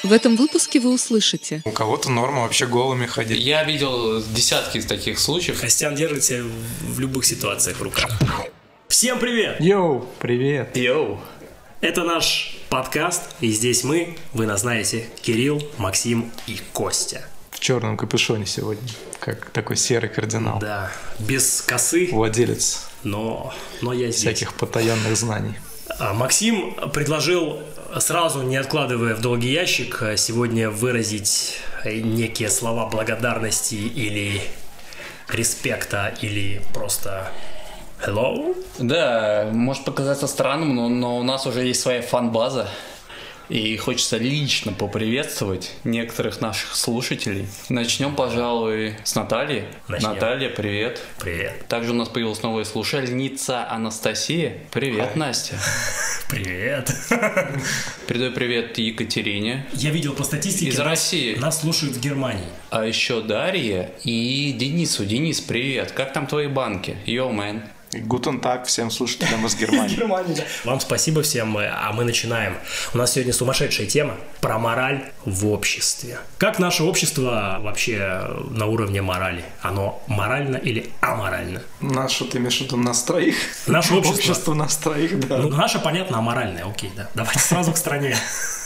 В этом выпуске вы услышите: у кого-то норма вообще голыми ходить. Я видел десятки таких случаев. Костян держит себя в любых ситуациях в руках. Всем привет! Йоу, привет! Йоу! Это наш подкаст, и здесь вы нас знаете, Кирилл, Максим и Костя. В черном капюшоне сегодня, как такой серый кардинал. Да, без косы. Владелец но я здесь. Всяких потаенных знаний. Максим предложил, сразу не откладывая в долгий ящик, сегодня выразить некие слова благодарности или респекта, или просто hello. Да, может показаться странным, но у нас уже есть своя фан-база. И хочется лично поприветствовать некоторых наших слушателей. Начнем, пожалуй, с Натальи. Наталья, привет. Привет. Также у нас появилась новая слушательница Анастасия. Привет, Настя. Привет. Передаю привет Екатерине. Я видел по статистике, из России. Нас слушают в Германии. А еще Дарья и Денису. Денис, привет. Как там твои банки? Йоу, мэн. Гутен так всем слушателям из Германии. Вам спасибо всем, а мы начинаем. У нас сегодня сумасшедшая тема про мораль в обществе. Как наше общество вообще на уровне морали? Оно морально или аморально? Наше, ты имеешь в виду нас троих? Наше общество нас троих, да. Ну, наше, понятно, аморальное, окей, да. Давайте сразу к стране.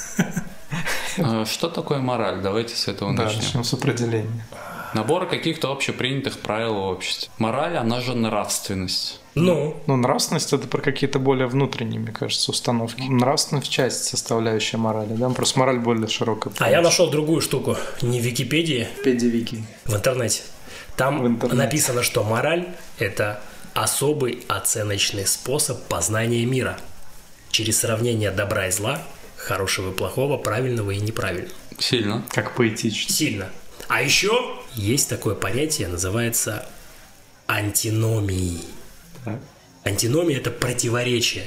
Что такое мораль? Давайте с этого начнем. Начнем с определения. Набор каких-то общепринятых правил в обществе. Мораль, она же нравственность. Ну, нравственность — это про какие-то более внутренние, мне кажется, установки. Нравственность — часть, составляющая морали, да? Просто мораль более широкая. А я нашел другую штуку. Не в Википедии. Вики. В интернете. Там написано, что мораль — это особый оценочный способ познания мира. Через сравнение добра и зла, хорошего и плохого, правильного и неправильного. Сильно. Как поэтично. Сильно. А еще есть такое понятие, называется антиномией. Так. Антиномия – это противоречия,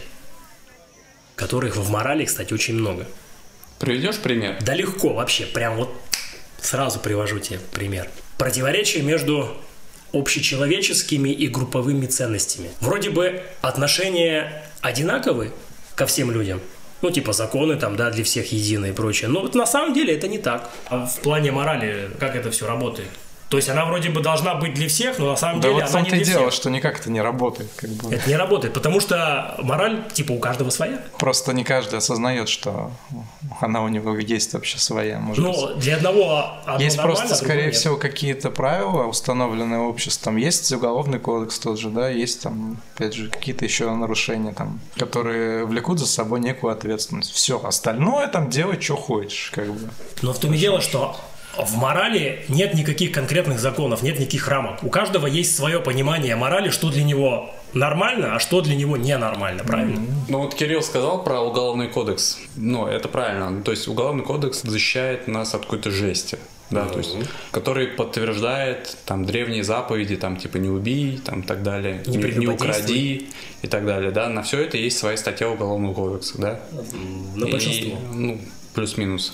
которых в морали, кстати, очень много. Приведешь пример? Да легко вообще, прям вот сразу привожу тебе пример. Противоречия между общечеловеческими и групповыми ценностями. Вроде бы отношения одинаковы ко всем людям. Ну, типа законы там, да, для всех едины и прочее. Но вот на самом деле это не так. А в плане морали, как это все работает? То есть она вроде бы должна быть для всех, но на самом деле вот она не для всех. Да вот в том-то и дело, что никак это не работает. Как бы. Это не работает, потому что мораль, типа, у каждого своя. Просто не каждый осознает, что она у него есть вообще своя. Может быть. Для одного есть просто, скорее нет. всего, какие-то правила, установленные обществом. Есть уголовный кодекс тот же, да, есть там, опять же, какие-то еще нарушения, там, которые влекут за собой некую ответственность. Все, остальное там делай, что хочешь, как бы. Но в том и дело, что в морали нет никаких конкретных законов, нет никаких рамок. У каждого есть свое понимание морали, что для него нормально, а что для него ненормально, правильно? Ну вот Кирилл сказал про уголовный кодекс. Ну, это правильно. То есть уголовный кодекс защищает нас от какой-то жести. Да, то есть, который подтверждает там древние заповеди, там типа не убей, там так далее, не укради и так далее, да. На все это есть своя статья уголовного кодекса, да. На большинство. Плюс-минус.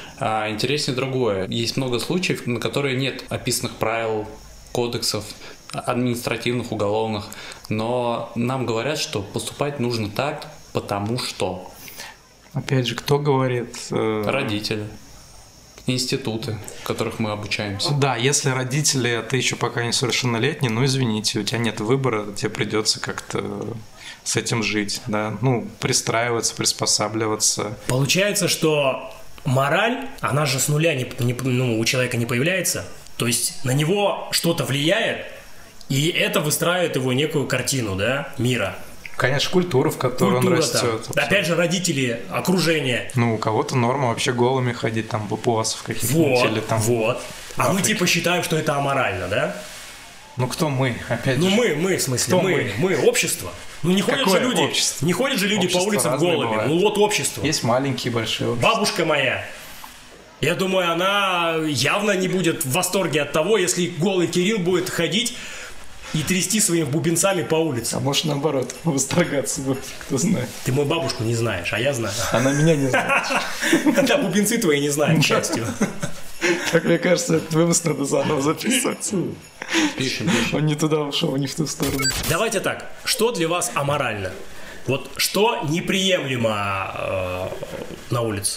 А интереснее другое. Есть много случаев, на которые нет описанных правил, кодексов, административных, уголовных, но нам говорят, что поступать нужно так, потому что. Опять же, кто говорит? Родители. Институты, в которых мы обучаемся. Да, если родители, а ты еще пока несовершеннолетний, ну извините, у тебя нет выбора, тебе придется как-то с этим жить, да, пристраиваться, приспосабливаться. Получается, что мораль, она же с нуля у человека не появляется, то есть на него что-то влияет, и это выстраивает его некую картину, да, мира. Конечно, культура, в которой он растет. Опять же, родители, окружение. У кого-то норма вообще голыми ходить, там, папуасов каких-нибудь. Вот, или там А мы типа считаем, что это аморально, да? Кто мы, опять же? Мы, в смысле, мы, общество. Не ходят же люди, общество? Не ходят же люди общество по улицам голыми. Бывает. Общество. Есть маленькие, большие общества. Бабушка моя. Я думаю, она явно не будет в восторге от того, если голый Кирилл будет ходить и трясти своими бубенцами по улице. А может, наоборот, восторгаться будет, кто знает. Ты мою бабушку не знаешь, а я знаю. Она меня не знает. Да, бубенцы твои не знают, к счастью. Как мне кажется, этот выпуск надо заново записывать. Пишем. Он не туда ушел, не в ту сторону. Давайте так, что для вас аморально? Вот что неприемлемо на улице?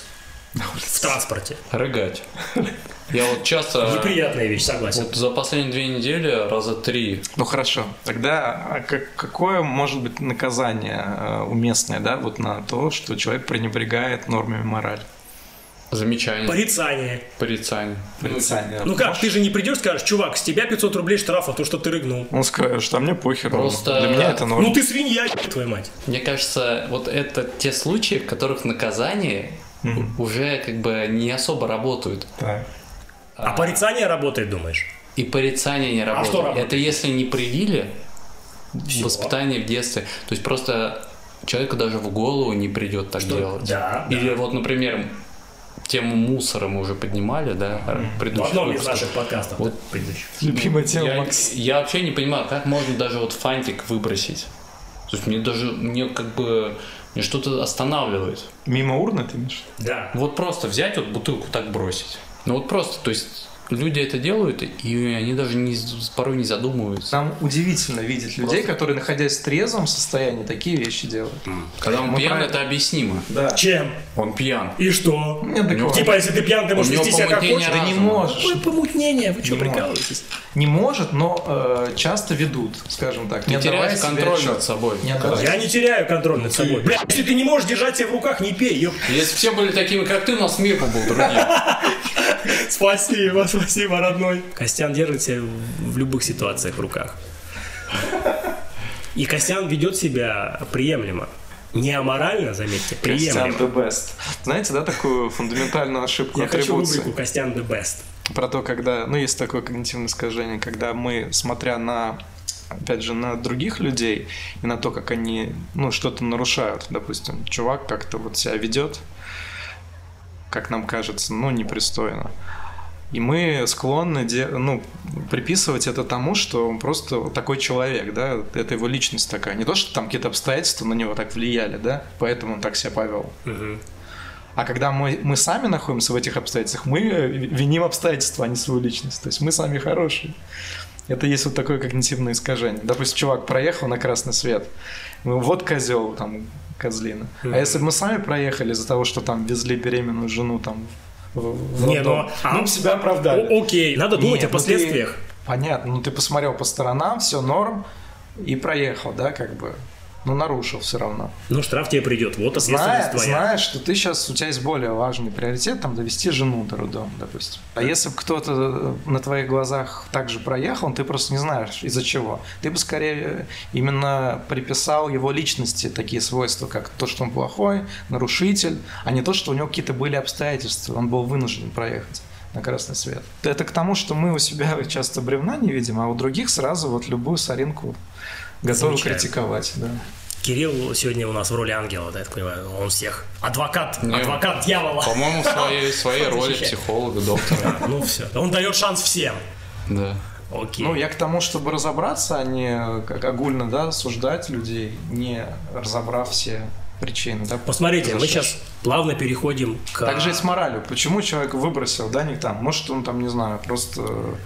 в транспорте. Рыгать. Я вот часто... Неприятная вещь, согласен. Вот за последние 2 недели раза 3. Ну хорошо, тогда какое может быть наказание уместное, да, вот на то, что человек пренебрегает нормами морали? Замечание. Порицание. Порицание. Ну как, ты же не придешь, скажешь, чувак, с тебя 500 рублей штрафа, то, что ты рыгнул. Он скажет, что мне похер. Просто- Для меня это норм. Ну ты свинья, твою мать. Мне кажется, вот это те случаи, в которых наказание уже как бы не особо работают. Так. А порицание работает, думаешь? И порицание не работает. что работает? Это если не привили Всё. воспитание в детстве. То есть просто человеку даже в голову не придет так делать. Да, Или вот, например, тему мусора мы уже поднимали, да, В предыдущий одном из выпуск. наших подкастов. Вот. предыдущих. Любимая тема, Макс. Я вообще не понимаю, как можно даже вот фантик выбросить. То есть мне как бы мне что-то останавливает. Мимо урны ты имеешь? Да. Вот просто взять вот бутылку так бросить. Ну вот просто, то есть люди это делают, и они даже порой не задумываются. Нам удивительно видеть людей, которые, находясь в трезвом состоянии, такие вещи делают. Когда он Мы пьян, про- это объяснимо. Да. Чем? Он пьян. И что? Неадекватно. Типа, если ты пьян, ты можешь У него вести себя как помутнение хочешь? Ты не разума. можешь. Какое помутнение? Вы что, Не может. прикалываетесь? Не может, но часто ведут, скажем так. Ты не отдавая теряешь себе контроль отчет. над собой. Не отдавая. Я не теряю контроль над собой. Бля, если ты не можешь держать себя в руках, не пей. Ёп. Если все были такими, как ты, у нас мир бы был другим. Спасибо, спасибо, родной. Костян держит себя в любых ситуациях в руках. И Костян ведет себя приемлемо. Не аморально, заметьте, Костян приемлемо. the best. Знаете, да, такую фундаментальную ошибку Я хочу атрибуции? рубрику «Костян the best». Про то, когда, ну, есть такое когнитивное искажение, когда мы, смотря на, опять же, на других людей и на то, как они, ну, что-то нарушают, допустим, чувак как-то вот себя ведет, как нам кажется, ну, непристойно. И мы склонны приписывать это тому, что он просто вот такой человек, да, это его личность такая. Не то, что там какие-то обстоятельства на него так влияли, да, поэтому он так себя повел. А когда мы сами находимся в этих обстоятельствах, мы виним обстоятельства, а не свою личность. То есть мы сами хорошие. Это есть вот такое когнитивное искажение. Допустим, чувак проехал на красный свет. Вот козел, там, козлина. А если бы мы сами проехали из-за того, что там везли беременную жену там в Не, роддом, но- мы бы себя оправдали. Окей, надо думать Не, о ну ты- последствиях. Понятно, ну ты посмотрел по сторонам, все норм, и проехал, да, как бы. Ну, нарушил все равно. Ну, штраф тебе придет, вот ответственность твоя. Знаешь, что ты сейчас, у тебя есть более важный приоритет, там, довести жену до роддома, допустим. А если бы кто-то на твоих глазах также проехал, ты просто не знаешь, из-за чего. Ты бы скорее именно приписал его личности такие свойства, как то, что он плохой, нарушитель, а не то, что у него какие-то были обстоятельства, он был вынужден проехать на красный свет. Это к тому, что мы у себя часто бревна не видим, а у других сразу вот любую соринку готовы Замечательно. критиковать, да. Кирилл сегодня у нас в роли ангела, да, я так понимаю, он всех. Адвокат, Не, адвокат дьявола. По-моему, в своей роли Защищает. психолога, доктора. Ну все, он дает шанс всем. Да. Окей. Ну, я к тому, чтобы разобраться, а не как огульно, да, осуждать людей, не разобрав все причины, да. Посмотрите, мы произошедшего. сейчас плавно переходим к... Так же и с моралью. Почему человек выбросил, да, не там? Может, он там, не знаю, просто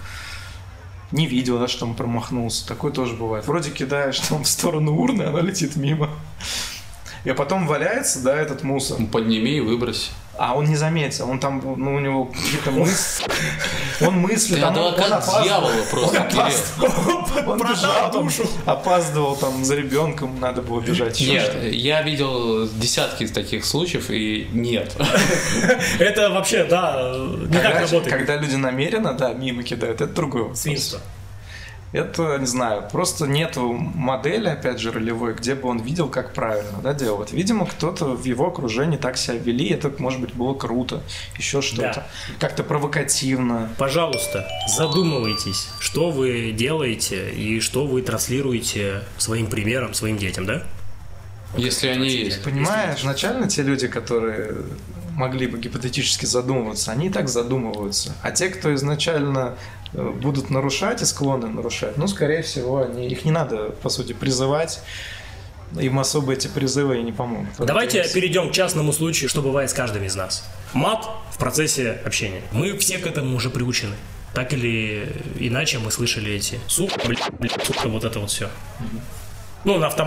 не видел, да, что он промахнулся. Такое тоже бывает. Вроде кидаешь там в сторону урны, она летит мимо. И потом валяется, да, этот мусор. Подними и выбрось. А он не заметил, он там, ну, у него какие-то мысли. Он мыслит, Ты он адвокат опаздывал. дьявола просто, Он опаздывал. Он бежал, там, опаздывал там за ребенком, надо было бежать. Еще Нет, что-то. я видел десятки таких случаев, и нет. Это вообще, да, не так работает. Когда люди намеренно, да, мимо кидают, это другой вопрос. Свинство. Это, не знаю, просто нету модели, опять же, ролевой, где бы он видел, как правильно, да, делать. Видимо, кто-то в его окружении так себя вели, это, может быть, было круто, еще что-то. Да. Как-то провокативно. Пожалуйста, задумывайтесь, что вы делаете и что вы транслируете своим примером, своим детям, да? Если они есть. Понимаешь, изначально те люди, которые могли бы гипотетически задумываться, они и так задумываются. А те, кто изначально будут нарушать и склонны нарушать, ну, скорее всего, их не надо, по сути, призывать. Им особо эти призывы и не помогут. Давайте перейдем к частному случаю, что бывает с каждым из нас. Мат в процессе общения. Мы все к этому уже приучены. Так или иначе мы слышали эти сука, сука, вот это вот все. Ну, на автомате.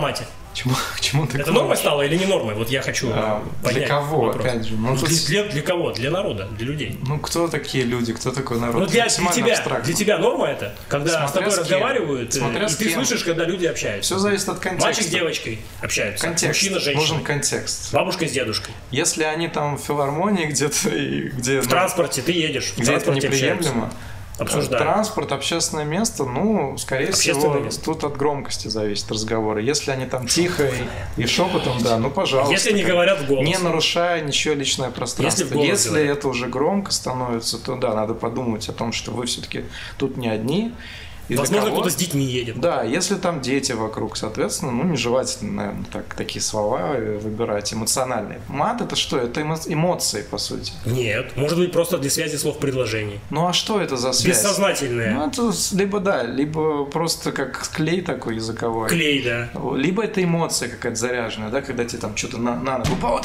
К чему ты Это нормой стало или не нормой? Вот я хочу понять. Для кого, вопрос. опять же? Для кого? Для народа, для людей. Ну, кто такие люди, кто такой народ? Ну, для тебя норма это? Когда с тобой разговаривают, и ты слышишь, когда люди общаются. Все зависит от контекста. Мальчик с девочкой общаются. Контекст. Мужчина с женщиной. Нужен контекст. Бабушка с дедушкой. Если они там в филармонии где-то, где... В транспорте ты едешь, в где это транспорте неприемлемо. Обсуждаем. Транспорт, общественное место, скорее всего, тут от громкости зависит разговоры. Если они там тихо и шепотом, да, пожалуйста. Если не говорят в голос. Не нарушая ничего личное пространство. Если это уже громко становится, то да, надо подумать о том, что вы все-таки тут не одни. Возможно, кто-то с детьми едет. Да, если там дети вокруг, соответственно, нежелательно, наверное, такие слова выбирать эмоциональные. Мат — это что? Это эмоции, по сути. Нет, может быть, просто для связи слов предложений. Ну а что это за связь? Бессознательная. Это либо просто как клей такой языковой. Клей, да. Либо это эмоция какая-то заряженная, да, когда тебе там что-то на ногу упало,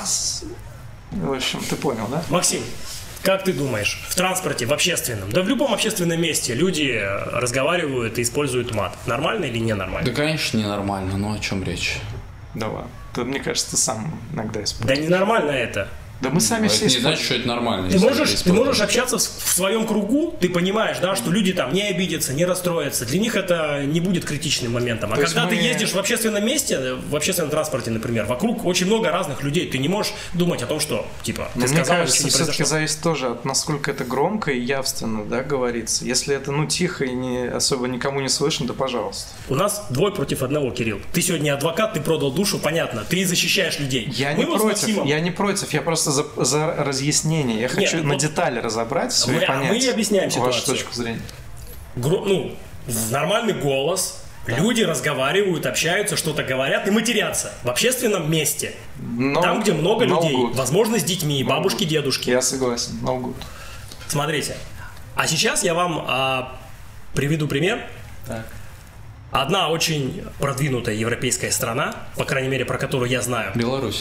в общем, ты понял, да? Максим, как ты думаешь, в транспорте, в общественном, да в любом общественном месте люди разговаривают и используют мат. Нормально или ненормально? Да, конечно, ненормально, но о чем речь? Да ладно. Мне кажется, ты сам иногда используешь. Да ненормально это. Да мы сами все не значит, что это нормально. Ты можешь общаться в своем кругу, ты понимаешь, да, что люди там не обидятся, не расстроятся. Для них это не будет критичным моментом. А то когда ты ездишь в общественном месте, в общественном транспорте, например, вокруг очень много разных людей, ты не можешь думать о том, что, типа, ты сказал, мне кажется, не все-таки зависит тоже от насколько это громко и явственно, да, говорится. Если это, тихо и не особо никому не слышно, то пожалуйста. У нас 2 против 1, Кирилл. Ты сегодня адвокат, ты продал душу, понятно. Ты защищаешь людей. Я не против, я просто за разъяснение. Я хочу на детали разобрать все и понять. Мы объясняем ситуацию. Вашу точку зрения. Нормальный голос. Да. Люди разговаривают, общаются, что-то говорят и матерятся в общественном месте. Там, где много людей. Возможно, с детьми, бабушки, дедушки. Я согласен. No good. Смотрите. А сейчас я вам приведу пример. Так. Одна очень продвинутая европейская страна, по крайней мере, про которую я знаю. Беларусь.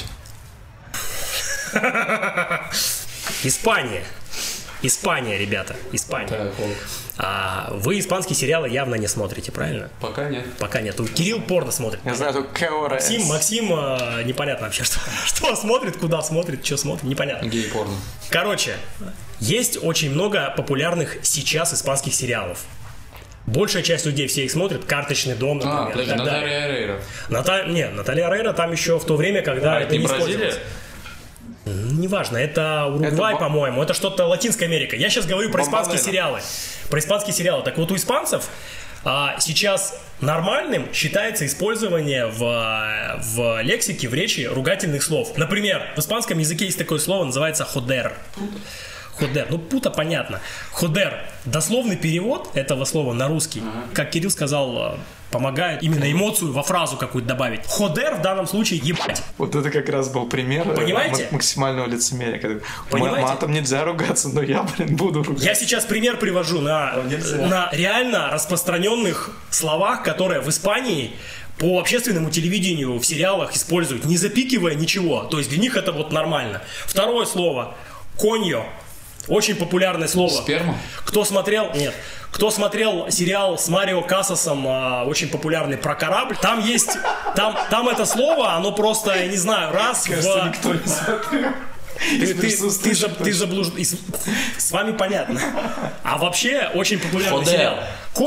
Испания, ребята, Испания. Вы испанские сериалы явно не смотрите, правильно? Пока нет. Пока нет. Кирилл порно смотрит. Я знаю только Максим непонятно вообще, что смотрит, куда смотрит, что смотрит, непонятно. Гей-порно. Короче, есть очень много популярных сейчас испанских сериалов. Большая часть людей все их смотрят. «Карточный дом», например. Подожди, Наталья Орейро. Наталья Орейро там еще в то время, когда это не использовалось. Неважно, это Уругвай, по-моему, это что-то Латинская Америка. Я сейчас говорю про испанские сериалы. Так вот, у испанцев сейчас нормальным считается использование в лексике, в речи ругательных слов. Например, в испанском языке есть такое слово, называется «ходер». Ходер, пута понятно. Ходер, дословный перевод этого слова на русский, как Кирилл сказал, помогает именно эмоцию во фразу какую-то добавить. Ходер в данном случае ебать. Вот это как раз был пример максимального лицемерия. Когда матом нельзя ругаться, но я, буду ругаться. Я сейчас пример привожу на реально распространенных словах, которые в Испании по общественному телевидению в сериалах используют, не запикивая ничего. То есть для них это нормально. Второе слово – коньо. Очень популярное слово. Сперма? Кто смотрел сериал с Марио Касасом, очень популярный, про корабль, там есть, там это слово, оно просто, я не знаю, раз кажется, никто не смотрел. Ты заблуждаешься. С вами понятно. А вообще очень популярный сериал.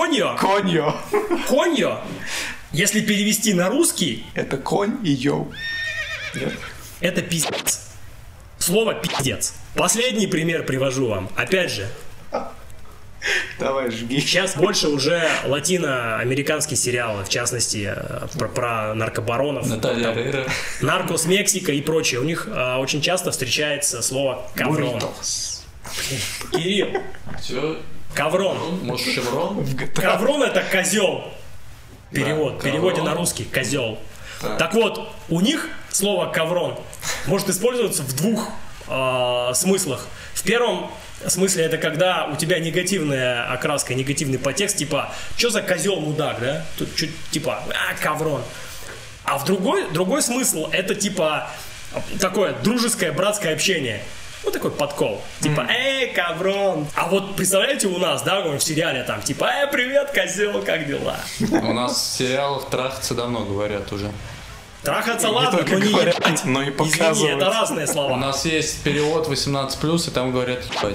Коньо. Если перевести на русский, это конь и йоу. Это пиздец. Слово пиздец. Последний пример привожу вам. Опять же. Давай, жги. Сейчас больше уже латиноамериканские сериалы, в частности, про наркобаронов. Наталья Орейро. Наркос Мексика и прочее. У них очень часто встречается слово «каврон». Кирилл. Все. Каврон. Может, шеврон? Каврон — это козел. Перевод. В переводе на русский — козел. Так вот, у них слово «каврон» может использоваться в 2 смыслах. В первом смысле это когда у тебя негативная окраска, негативный подтекст, типа «Чё за козел мудак, да?» Тут типа «каврон». А в другой смысл это типа такое дружеское, братское общение. Такой подкол. Типа «Эй, каврон!» А вот представляете, у нас, да, в сериале там типа «Привет, козел, как дела?» У нас в сериалах трахаться давно говорят уже. Трахаться Не ладно, только но не говорят, ебать. но и Извини, показывать. это разные У слова. нас есть перевод 18+, и там говорят ебать.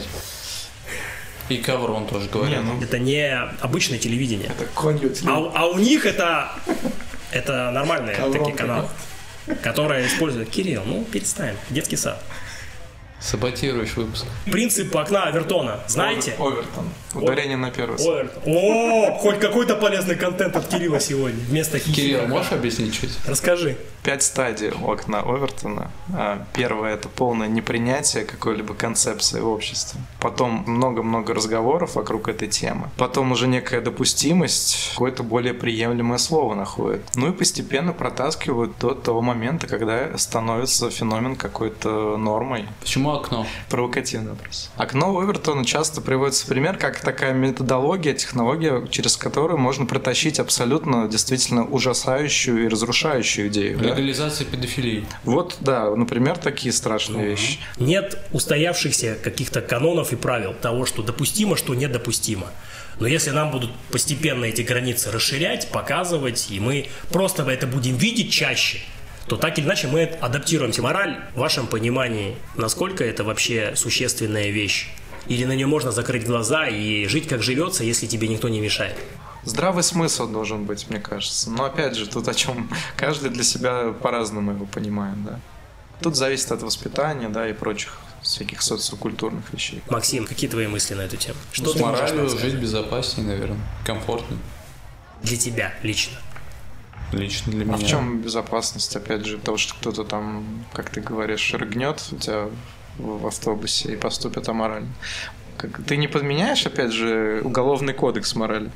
И коврон тоже говорят. Не, ну, Это не обычное телевидение. это конью А у них это нормальные Ковром такие каналы, которые используют. Кирилл, ну перестань, детский сад. Саботируешь выпуск. Принцип окна Авертона, знаете? Овертон. Ударение на первый слог. Овертон. О, хоть какой-то полезный контент от Кирилла сегодня. Вместо Кирилл, хихика. можешь объяснить чуть? Расскажи. 5 стадий у окна Овертона. Первое – это полное непринятие какой-либо концепции в обществе. Потом много-много разговоров вокруг этой темы. Потом уже некая допустимость, какое-то более приемлемое слово находит. Ну и постепенно протаскивают до того момента, когда становится феномен какой-то нормой. Почему окно? Провокативный вопрос. Окно Овертона часто приводится в пример как такая методология, технология, через которую можно протащить абсолютно действительно ужасающую и разрушающую идею. Да? Легализация педофилии. Вот, да, например, такие страшные вещи. Нет устоявшихся каких-то канонов и правил того, что допустимо, что недопустимо. Но если нам будут постепенно эти границы расширять, показывать, и мы просто это будем видеть чаще, то так или иначе мы адаптируемся. Мораль, в вашем понимании, насколько это вообще существенная вещь? Или на нее можно закрыть глаза и жить как живется, если тебе никто не мешает? Здравый смысл должен быть, мне кажется. Но опять же, тут о чем каждый для себя по-разному его понимает, да. Тут зависит от воспитания, да, и прочих всяких социокультурных вещей. Максим, какие твои мысли на эту тему? Что С ты можешь нам моралью сказать? жить безопаснее, наверное. Комфортнее. Для тебя лично. Лично для А меня. в чем безопасность, опять же, того, что кто-то там, как ты говоришь, рыгнет у тебя в автобусе и поступит аморально? Ты не подменяешь, опять же, уголовный кодекс морали?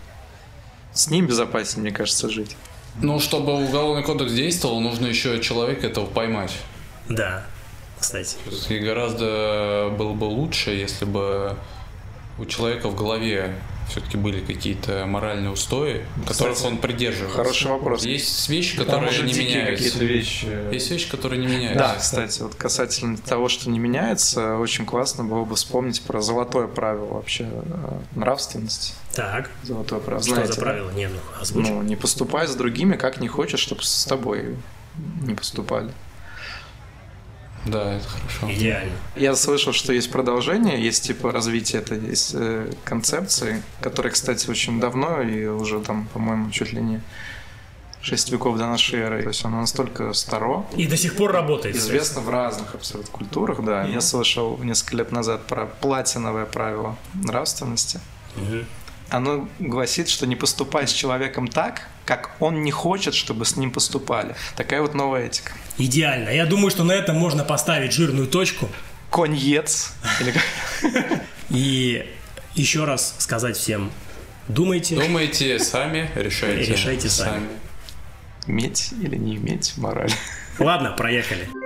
С ним безопаснее, мне кажется, жить. Ну, чтобы уголовный кодекс действовал, нужно еще человека этого поймать. Да, кстати. И гораздо было бы лучше, если бы у человека в голове все-таки были какие-то моральные устои, которых он придерживается. Хороший вопрос. Есть вещи, Там которые уже не дикие меняются. какие-то вещи. Есть вещи, которые не меняются. Да, кстати, вот касательно того, что не меняется, очень классно было бы вспомнить про золотое правило вообще нравственности. Так, Золотое правило. что Знаете, за да? правило? Не, ну, озвучь. Ну, не поступай с другими, как не хочешь, чтобы с тобой не поступали. Да, это хорошо. Идеально. Я слышал, что есть продолжение, есть типа развитие этой концепции, которая, кстати, очень давно и уже там, по-моему, чуть ли не 6 веков до нашей эры. То есть она настолько старо, И до сих пор работает. известна в разных абсолютно культурах, да. Я слышал несколько лет назад про платиновое правило нравственности. Мгм. Оно гласит, что не поступай с человеком так, как он не хочет, чтобы с ним поступали. Такая вот новая этика. Идеально. Я думаю, что на этом можно поставить жирную точку. Коньец. Или как? И еще раз сказать всем, думайте. Думайте сами, решайте. Решайте сами. Иметь или не иметь мораль. Ладно, проехали.